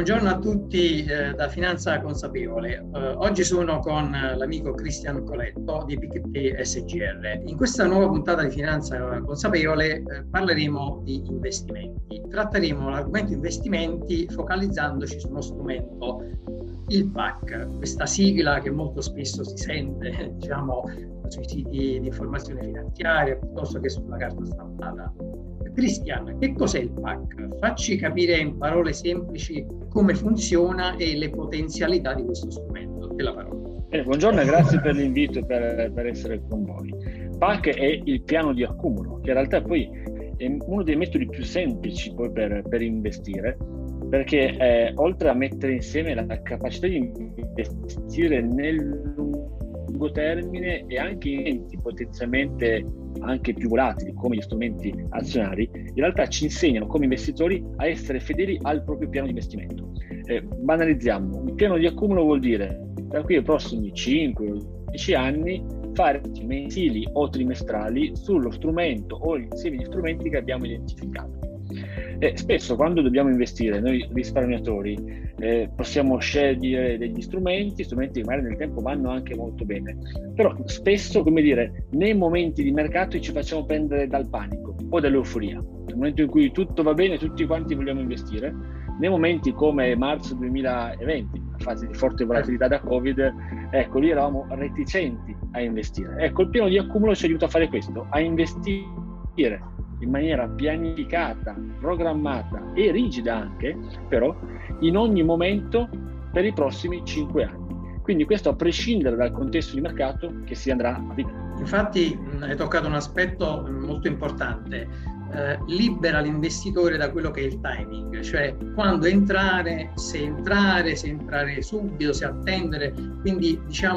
Buongiorno a tutti da Finanza Consapevole. Oggi sono con l'amico Cristian Coletto di PicT SGR. In questa nuova puntata di Finanza Consapevole parleremo di investimenti. Tratteremo l'argomento investimenti focalizzandoci su uno strumento, il PAC, questa sigla che molto spesso si sente, sui siti di informazione finanziaria piuttosto che sulla carta stampata. Cristian, che cos'è il PAC? Facci capire in parole semplici come funziona e le potenzialità di questo strumento. Te la parola. Buongiorno e grazie per l'invito e per essere con voi. PAC è il piano di accumulo, che in realtà poi è uno dei metodi più semplici poi per investire, perché oltre a mettere insieme la capacità di investire nel lungo termine e anche in enti potenzialmente anche più volatili come gli strumenti azionari, in realtà ci insegnano come investitori a essere fedeli al proprio piano di investimento. Banalizziamo, un piano di accumulo vuol dire da qui ai prossimi 5 o 10 anni fare mensili o trimestrali sullo strumento o insieme di strumenti che abbiamo identificato. Spesso quando dobbiamo investire noi risparmiatori possiamo scegliere degli strumenti che magari nel tempo vanno anche molto bene, però spesso, nei momenti di mercato ci facciamo prendere dal panico o dall'euforia. Nel momento in cui tutto va bene, tutti quanti vogliamo investire. Nei momenti come marzo 2020, la fase di forte volatilità da Covid, lì eravamo reticenti a investire. Il piano di accumulo ci aiuta a fare questo, a investire in maniera pianificata, programmata e rigida anche, però, in ogni momento per i prossimi 5 anni. Quindi questo a prescindere dal contesto di mercato che si andrà a vivere. Infatti hai toccato un aspetto molto importante, libera l'investitore da quello che è il timing, cioè quando entrare, se entrare subito, se attendere, quindi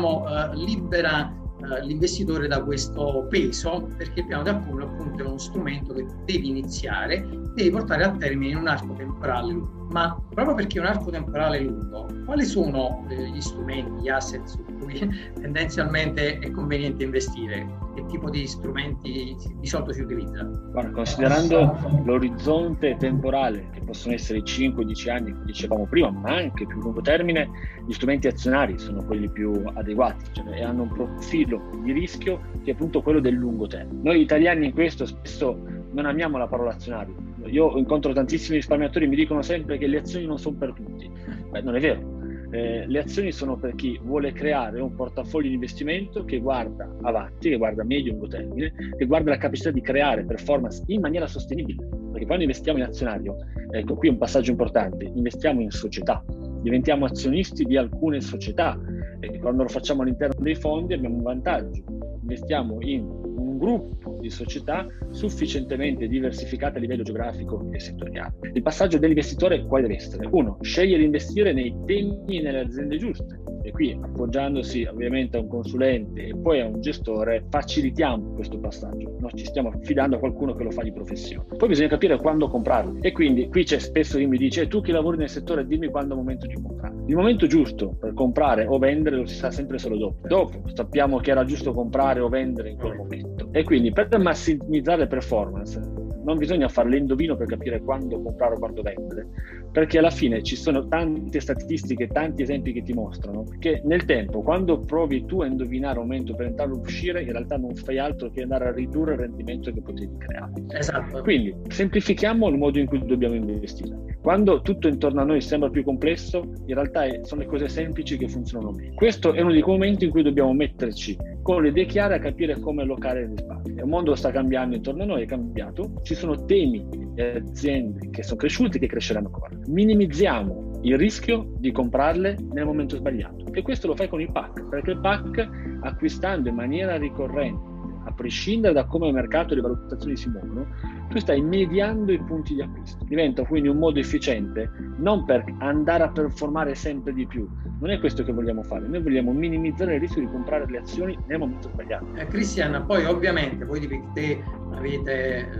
libera l'investitore da questo peso, perché il piano di accumulo appunto è uno strumento che devi iniziare, devi portare a termine in un arco temporale lungo. Ma proprio perché è un arco temporale lungo, quali sono gli strumenti, gli asset su cui tendenzialmente è conveniente investire? Che tipo di strumenti di solito si utilizza? Guarda, considerando l'orizzonte temporale, che possono essere 5-10 anni, come dicevamo prima, ma anche più lungo termine, gli strumenti azionari sono quelli più adeguati, e hanno un profilo di rischio che è appunto quello del lungo termine. Noi italiani in questo spesso non amiamo la parola azionario. Io incontro tantissimi risparmiatori, mi dicono sempre che le azioni non sono per tutti. Non è vero. Le azioni sono per chi vuole creare un portafoglio di investimento che guarda avanti, che guarda medio e lungo termine, che guarda la capacità di creare performance in maniera sostenibile. Perché quando investiamo in azionario, qui è un passaggio importante, investiamo in società, diventiamo azionisti di alcune società e quando lo facciamo all'interno dei fondi abbiamo un vantaggio, investiamo in un gruppo di società sufficientemente diversificate a livello geografico e settoriale. Il passaggio dell'investitore quale deve essere? 1. Sceglie di investire nei temi e nelle aziende giuste, e qui appoggiandosi ovviamente a un consulente e poi a un gestore facilitiamo questo passaggio, non ci stiamo affidando a qualcuno che lo fa di professione. Poi bisogna capire quando comprarlo, e quindi qui c'è spesso chi mi dice tu che lavori nel settore dimmi quando è il momento di comprare. Il momento giusto per comprare o vendere lo si sa sempre solo dopo sappiamo che era giusto comprare o vendere in quel momento, e quindi per massimizzare le performance non bisogna fare l'indovino per capire quando comprare o quando vendere, perché alla fine ci sono tante statistiche, tanti esempi che ti mostrano che nel tempo, quando provi tu a indovinare un momento per entrare o uscire, in realtà non fai altro che andare a ridurre il rendimento che potevi creare. Esatto. Quindi semplifichiamo il modo in cui dobbiamo investire. Quando tutto intorno a noi sembra più complesso, in realtà sono le cose semplici che funzionano meglio. Questo è uno dei momenti in cui dobbiamo metterci con le idee chiare a capire come allocare il risparmio. Il mondo sta cambiando intorno a noi, è cambiato, ci sono temi e aziende che sono cresciute e che cresceranno ancora. Minimizziamo il rischio di comprarle nel momento sbagliato, e questo lo fai con il PAC, perché il PAC, acquistando in maniera ricorrente, a prescindere da come il mercato e le valutazioni si muovono, tu stai mediando i punti di acquisto. Diventa quindi un modo efficiente non per andare a performare sempre di più. Non è questo che vogliamo fare, noi vogliamo minimizzare il rischio di comprare le azioni nel momento sbagliato. Cristian, poi ovviamente voi di PicT avete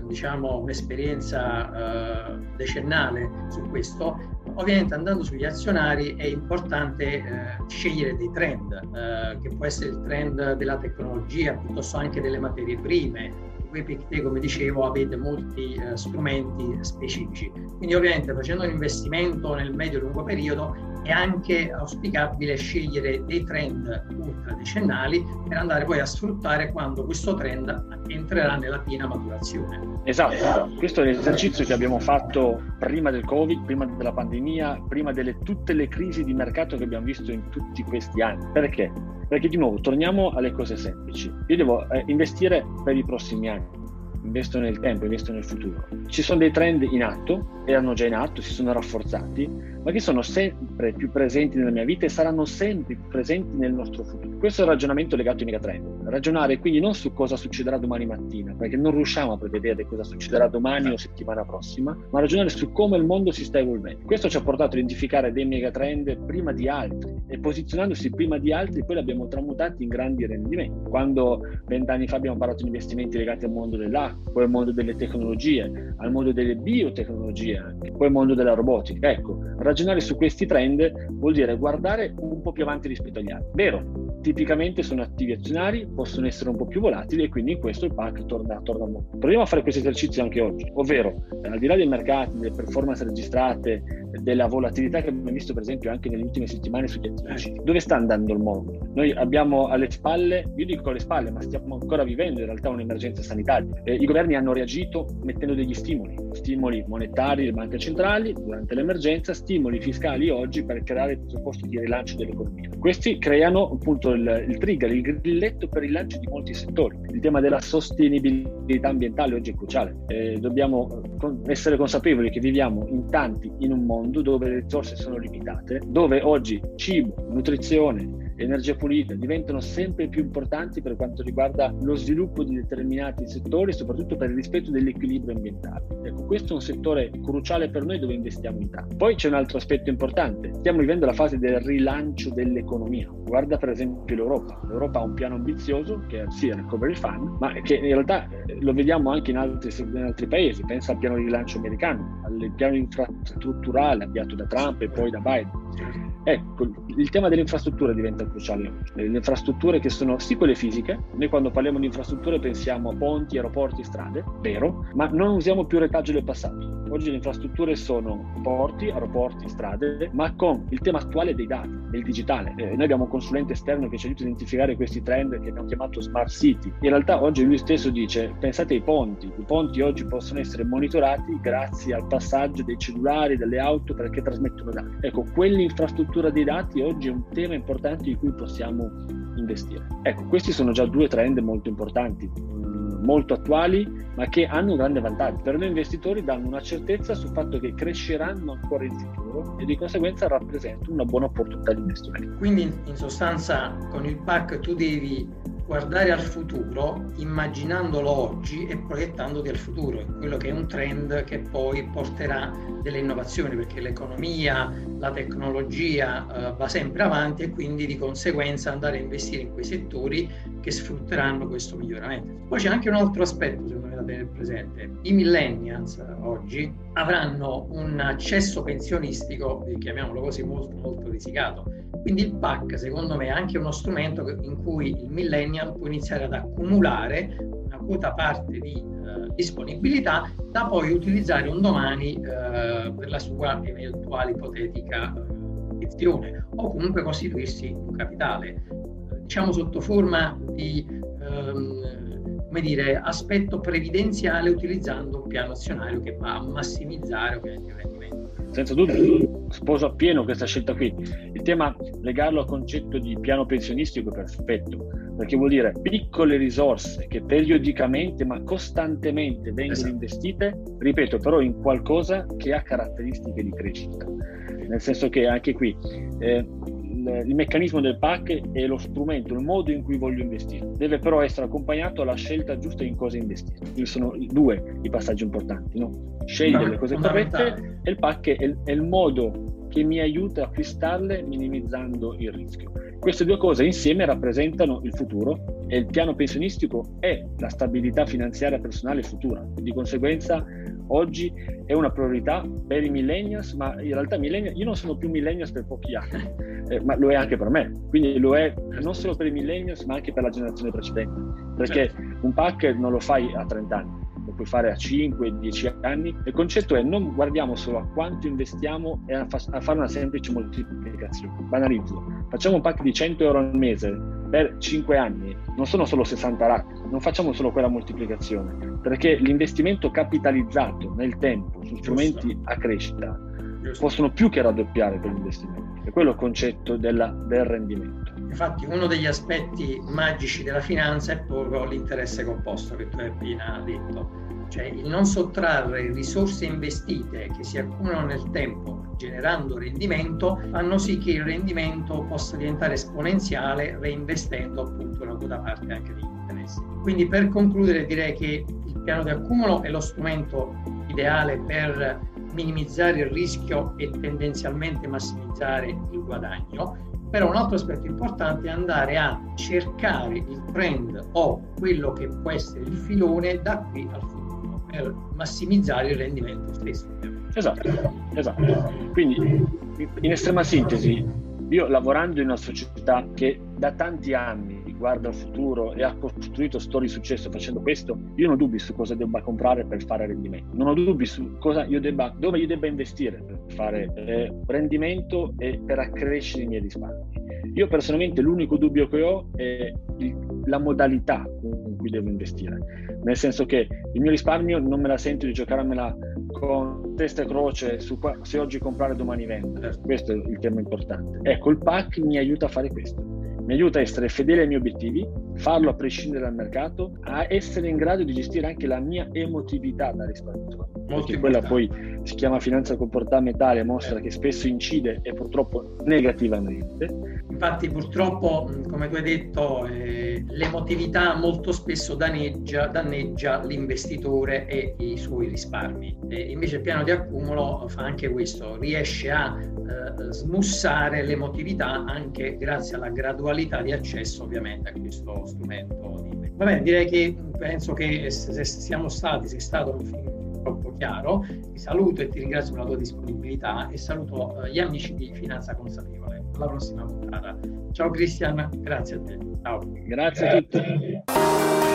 un'esperienza decennale su questo. Ovviamente andando sugli azionari è importante scegliere dei trend, che può essere il trend della tecnologia, piuttosto anche delle materie prime, voi PICTE, come dicevo, avete molti strumenti specifici. Quindi ovviamente facendo un investimento nel medio-lungo periodo è anche auspicabile scegliere dei trend ultradecennali per andare poi a sfruttare quando questo trend entrerà nella piena maturazione. Esatto, questo è l'esercizio che abbiamo fatto prima del Covid, prima della pandemia, prima delle tutte le crisi di mercato che abbiamo visto in tutti questi anni. Perché? Perché di nuovo torniamo alle cose semplici. Io devo investire per i prossimi anni. Investo nel tempo, investo nel futuro. Ci sono dei trend in atto, erano già in atto, si sono rafforzati, ma che sono sempre più presenti nella mia vita e saranno sempre più presenti nel nostro futuro. Questo è il ragionamento legato ai megatrend. Ragionare quindi non su cosa succederà domani mattina, perché non riusciamo a prevedere cosa succederà domani o settimana prossima, ma ragionare su come il mondo si sta evolvendo. Questo ci ha portato a identificare dei megatrend prima di altri e posizionandosi prima di altri poi li abbiamo tramutati in grandi rendimenti. Quando 20 anni fa abbiamo parlato di investimenti legati al mondo dell'acqua, poi al mondo delle tecnologie, al mondo delle biotecnologie, poi al mondo della robotica. Ecco, ragionare su questi trend vuol dire guardare un po' più avanti rispetto agli altri. Vero, tipicamente sono attivi azionari, possono essere un po' più volatili e quindi in questo il PAC torna molto. Proviamo a fare questo esercizio anche oggi, ovvero al di là dei mercati, delle performance registrate, della volatilità che abbiamo visto per esempio anche nelle ultime settimane sugli attivi, dove sta andando il mondo? Noi abbiamo alle spalle, io dico alle spalle, ma stiamo ancora vivendo in realtà un'emergenza sanitaria. I governi hanno reagito mettendo degli stimoli monetari delle banche centrali durante l'emergenza, stimoli fiscali oggi per creare il presupposto di rilancio dell'economia. Questi creano appunto il trigger, il grilletto per il rilancio di molti settori. Il tema della sostenibilità ambientale oggi è cruciale. Dobbiamo essere consapevoli che viviamo in un mondo dove le risorse sono limitate, dove oggi cibo, nutrizione, energia pulita diventano sempre più importanti per quanto riguarda lo sviluppo di determinati settori, soprattutto per il rispetto dell'equilibrio ambientale. Ecco, questo è un settore cruciale per noi dove investiamo in tanto. Poi c'è un altro aspetto importante, stiamo vivendo la fase del rilancio dell'economia. Guarda per esempio l'Europa. L'Europa ha un piano ambizioso che è sì il Recovery Fund, ma che in realtà lo vediamo anche in altri paesi. Pensa al piano di rilancio americano, al piano infrastrutturale avviato da Trump e poi da Biden. Ecco, il tema delle infrastrutture diventa cruciale oggi. Le infrastrutture che sono sì quelle fisiche, noi quando parliamo di infrastrutture pensiamo a ponti, aeroporti, strade, vero, ma non usiamo più il retaggio del passato. Oggi le infrastrutture sono porti, aeroporti, strade, ma con il tema attuale dei dati, del digitale. Noi abbiamo un consulente esterno che ci aiuta a identificare questi trend che abbiamo chiamato Smart City. In realtà oggi lui stesso dice, pensate ai ponti. I ponti oggi possono essere monitorati grazie al passaggio dei cellulari, delle auto perché trasmettono dati. Ecco, quell'infrastruttura dei dati oggi è un tema importante di cui possiamo investire. Ecco, questi sono già due trend molto importanti, molto attuali, ma che hanno un grande vantaggio. Per noi investitori danno una certezza sul fatto che cresceranno ancora in futuro e di conseguenza rappresentano una buona opportunità di investimento. Quindi in sostanza con il PAC tu devi guardare al futuro immaginandolo oggi e proiettandoti al futuro, quello che è un trend che poi porterà delle innovazioni, perché l'economia, la tecnologia va sempre avanti e quindi di conseguenza andare a investire in quei settori che sfrutteranno questo miglioramento. Poi c'è anche un altro aspetto secondo me da tenere presente: i millennials oggi avranno un accesso pensionistico, chiamiamolo così, molto molto risicato. Quindi il PAC secondo me è anche uno strumento in cui il millennial può iniziare ad accumulare una quota parte di disponibilità da poi utilizzare un domani per la sua eventuale ipotetica azione o comunque costituirsi un capitale, diciamo sotto forma di aspetto previdenziale, utilizzando un piano azionario che va a massimizzare ovviamente il rendimento. Senza dubbio, sposo appieno questa scelta qui. Il tema, legarlo al concetto di piano pensionistico è perfetto, perché vuol dire piccole risorse che periodicamente ma costantemente vengono investite, ripeto, però in qualcosa che ha caratteristiche di crescita. Nel senso che anche qui il meccanismo del PAC è lo strumento, il modo in cui voglio investire. Deve però essere accompagnato alla scelta giusta in cosa investire. Quindi sono due i passaggi importanti, no? Scegliere le cose corrette e il PAC è il modo che mi aiuta a acquistarle minimizzando il rischio. Queste due cose insieme rappresentano il futuro e il piano pensionistico è la stabilità finanziaria personale futura. Di conseguenza oggi è una priorità per i millennials, ma in realtà io non sono più millennials per pochi anni, ma lo è anche per me, quindi lo è non solo per i millennials ma anche per la generazione precedente, perché un PAC non lo fai a 30 anni, lo puoi fare a 5, 10 anni. Il concetto è: non guardiamo solo a quanto investiamo e a fare una semplice moltiplicazione. Banalizzo, facciamo un PAC di 100 euro al mese per 5 anni, non sono solo 60 rate, non facciamo solo quella moltiplicazione, perché l'investimento capitalizzato nel tempo su strumenti a crescita possono più che raddoppiare quell'investimento. È quello il concetto del rendimento. Infatti uno degli aspetti magici della finanza è proprio l'interesse composto che tu hai appena detto, cioè il non sottrarre risorse investite che si accumulano nel tempo generando rendimento, fanno sì che il rendimento possa diventare esponenziale reinvestendo appunto una quota parte anche degli interessi. Quindi per concludere direi che il piano di accumulo è lo strumento ideale per minimizzare il rischio e tendenzialmente massimizzare il guadagno. Però un altro aspetto importante è andare a cercare il trend o quello che può essere il filone da qui al futuro per massimizzare il rendimento stesso. Esatto. Quindi in estrema sintesi, io lavorando in una società che da tanti anni guarda al futuro e ha costruito storie di successo facendo questo, io non ho dubbi su cosa debba comprare per fare rendimento, non ho dubbi su dove io debba investire per fare rendimento e per accrescere i miei risparmi. Io personalmente l'unico dubbio che ho è la modalità con cui devo investire, nel senso che il mio risparmio non me la sento di giocarmela con testa e croce su se oggi comprare domani vendere. Questo è il tema importante. Ecco, il PAC mi aiuta a fare questo, mi aiuta a essere fedele ai miei obiettivi, farlo a prescindere dal mercato, a essere in grado di gestire anche la mia emotività da risparmiatore, perché quella poi si chiama finanza comportamentale, mostra che spesso incide e purtroppo negativamente. Infatti purtroppo, come tu hai detto, l'emotività molto spesso danneggia l'investitore e i suoi risparmi. E invece il piano di accumulo fa anche questo, riesce a smussare l'emotività anche grazie alla gradualità di accesso ovviamente a questo strumento. Va bene, direi che penso che sei stato troppo chiaro. Ti saluto e ti ringrazio per la tua disponibilità e saluto gli amici di Finanza Consapevole. Alla prossima puntata. Ciao Christian, grazie a te. Ciao. Grazie a tutti.